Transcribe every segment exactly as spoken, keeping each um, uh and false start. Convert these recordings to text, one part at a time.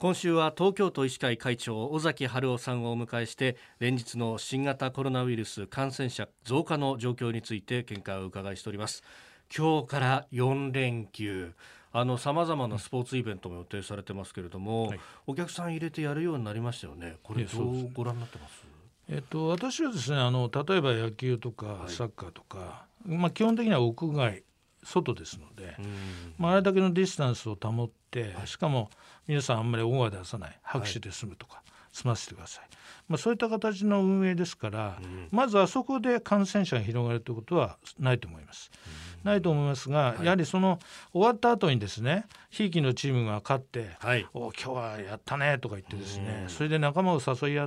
今週は東京都医師会会長尾崎治夫さんをお迎えして連日の新型コロナウイルス感染者増加の状況について見解を伺いしております。今日からよん連休、あの様々なスポーツイベントも予定されてますけれども、はい、お客さん入れてやるようになりましたよね。これどうご覧になってます？ えっと、私はですね、あの例えば野球とかサッカーとか、はい、まあ、基本的には屋外外ですので、まあ、あれだけのディスタンスを保って、はい、しかも皆さんあんまり大声出さない、拍手で済むとか、はい、済ませてください、まあ、そういった形の運営ですから、うん、まずあそこで感染者が広がるということはないと思います、うん、ないと思いますが、はい、やはりその終わった後にですね、ひいきのチームが勝って、はい、お今日はやったねとか言ってですね、うん、それで仲間を誘い合って、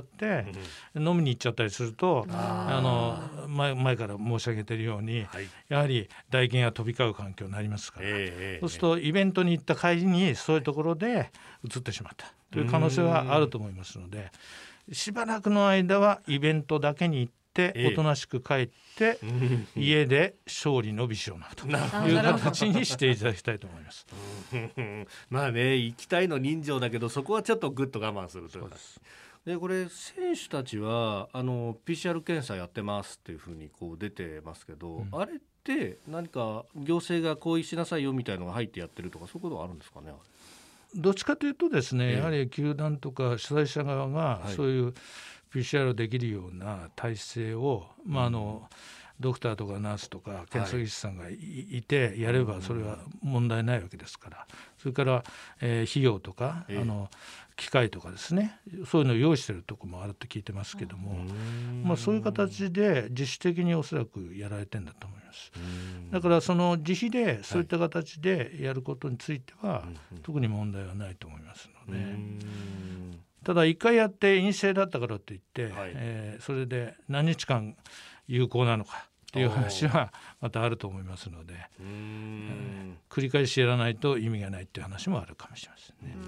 うん、飲みに行っちゃったりすると、あの 前, 前から申し上げているように、はい、やはり唾液が飛び交う環境になりますから、えー、そうするとイベントに行った帰りにそういうところで移ってしまったという可能性はあると思いますので、しばらくの間はイベントだけに行っておとなしく帰って家で勝利の美少なという形にしていただきたいと思いますまあね、行きたいの人情だけどそこはちょっとグッと我慢するというか。でこれ選手たちはあの ピーシーアール 検査やってますっていうふうにこう出てますけど、うん、あれって何か行政がこうしなさいよみたいなのが入ってやってるとかそういうことはあるんですかね？ どっちかというとですね、ええ、やはり球団とか主催者側がそういう ピーシーアール できるような体制を、はい、まああのドクターとかナースとか検査技師さんが い,、はい、いてやればそれは問題ないわけですから、それから、えー、費用とか、えー、あの機械とかですね、そういうのを用意しているところもあると聞いてますけども、まあ、そういう形で自主的におそらくやられてるんだと思います。だからその自費でそういった形でやることについては、はい、特に問題はないと思いますので、ただいっかいやって陰性だったからといって、はい、えー、それで何日間有効なのかっていう話はまたあると思いますので、うーん、繰り返しやらないと意味がないっていう話もあるかもしれませんね。 うん、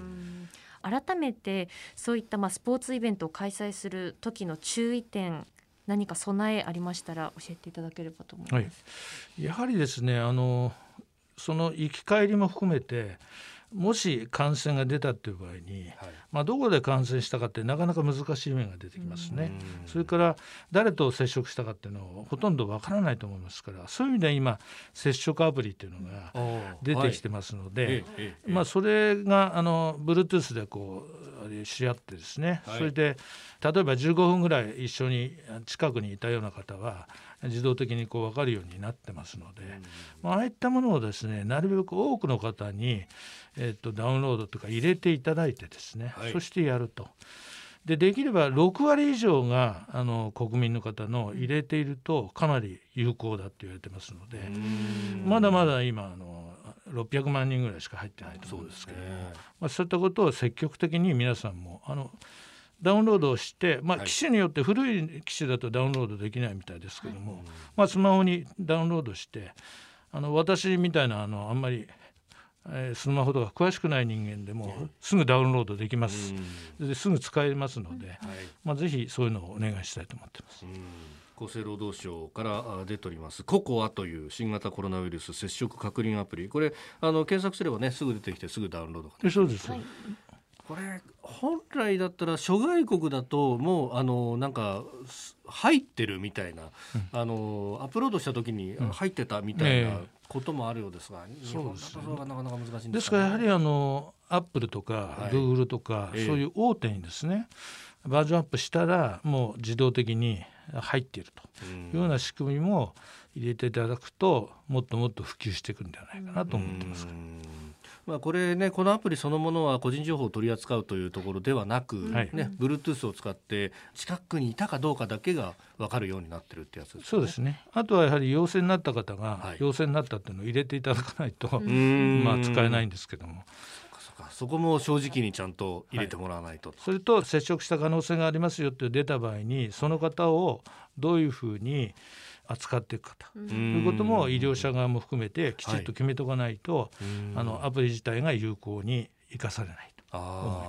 改めてそういったまあスポーツイベントを開催する時の注意点、何か備えありましたら教えていただければと思います。はい、 やはりですね、あのその行き帰りも含めてもし感染が出たという場合に、はい、まあ、どこで感染したかってなかなか難しい面が出てきますね。それから誰と接触したかっていうのをほとんどわからないと思いますから、そういう意味では今接触アプリっていうのが出てきてますので、はい、まあ、それがあの Bluetooth でこうし合ってですね、はい、それで例えばじゅうごふんぐらい一緒に近くにいたような方は自動的にこう分かるようになってますので、まあ、ああいったものをですね、なるべく多くの方に、えー、とダウンロードとか入れていただいてですね、はい、そしてやると。で、できればろく割以上があの国民の方の入れているとかなり有効だと言われてますので、まだまだ今あのろっぴゃくまんにんぐらいしか入ってないと思うんですけども、そうですね、まあ、そういったことを積極的に皆さんもあのダウンロードをして、まあ、機種によって古い機種だとダウンロードできないみたいですけども、はい、まあ、スマホにダウンロードして、あの私みたいなあのあんまり、えー、スマホとか詳しくない人間でもすぐダウンロードできます、うん、ですぐ使えますので、はい、まあ、ぜひそういうのをお願いしたいと思ってます。うん、 厚生労働省から出ておりますココアという新型コロナウイルス接触確認アプリ、これあの検索すればねすぐ出てきてすぐダウンロードができます。 そうです、はい、 これ本来だったら諸外国だともうあのなんか入ってるみたいな、うん、あのアップロードした時に入ってたみたいなこともあるようですが、うん、日本だとそれがなかなか難しいんですかね。 ですからやはりあのアップルとか、はい、グーグルとか、そういう大手にですね、えー、バージョンアップしたらもう自動的に入っているというような仕組みも入れていただくともっともっと普及していくんではないかなと思ってますから。 まあ、これね、このアプリそのものは個人情報を取り扱うというところではなく、はい、ね、Bluetooth を使って近くにいたかどうかだけが分かるようになってるってやつですね。 そうですね。あとはやはり陽性になった方が、はい、陽性になったっていうのを入れていただかないと、まあ、使えないんですけども、 そ, かそこも正直にちゃんと入れてもらわないと、はい、 それと接触した可能性がありますよって出た場合にその方をどういうふうに扱っていくかということも医療者側も含めてきちっと決めておかないと、はい、あのアプリ自体が有効に生かされないと思います。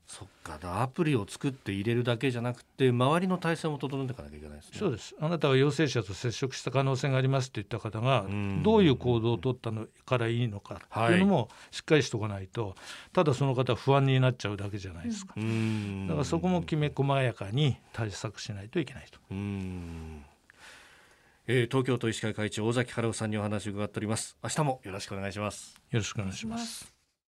そっか、アプリを作って入れるだけじゃなくて周りの体制も整えていかなきゃいけないですね。 そうです。あなたは陽性者と接触した可能性がありますといった方がどういう行動を取ったのからいいのかっていうのもしっかりしておかないと、ただその方は不安になっちゃうだけじゃないですか。うんだからそこもきめ細やかに対策しないといけないと。 うーん、えー、東京都医師会会長尾崎治夫さんにお話を伺っております。明日もよろしくお願いします。 よろしくお願いします。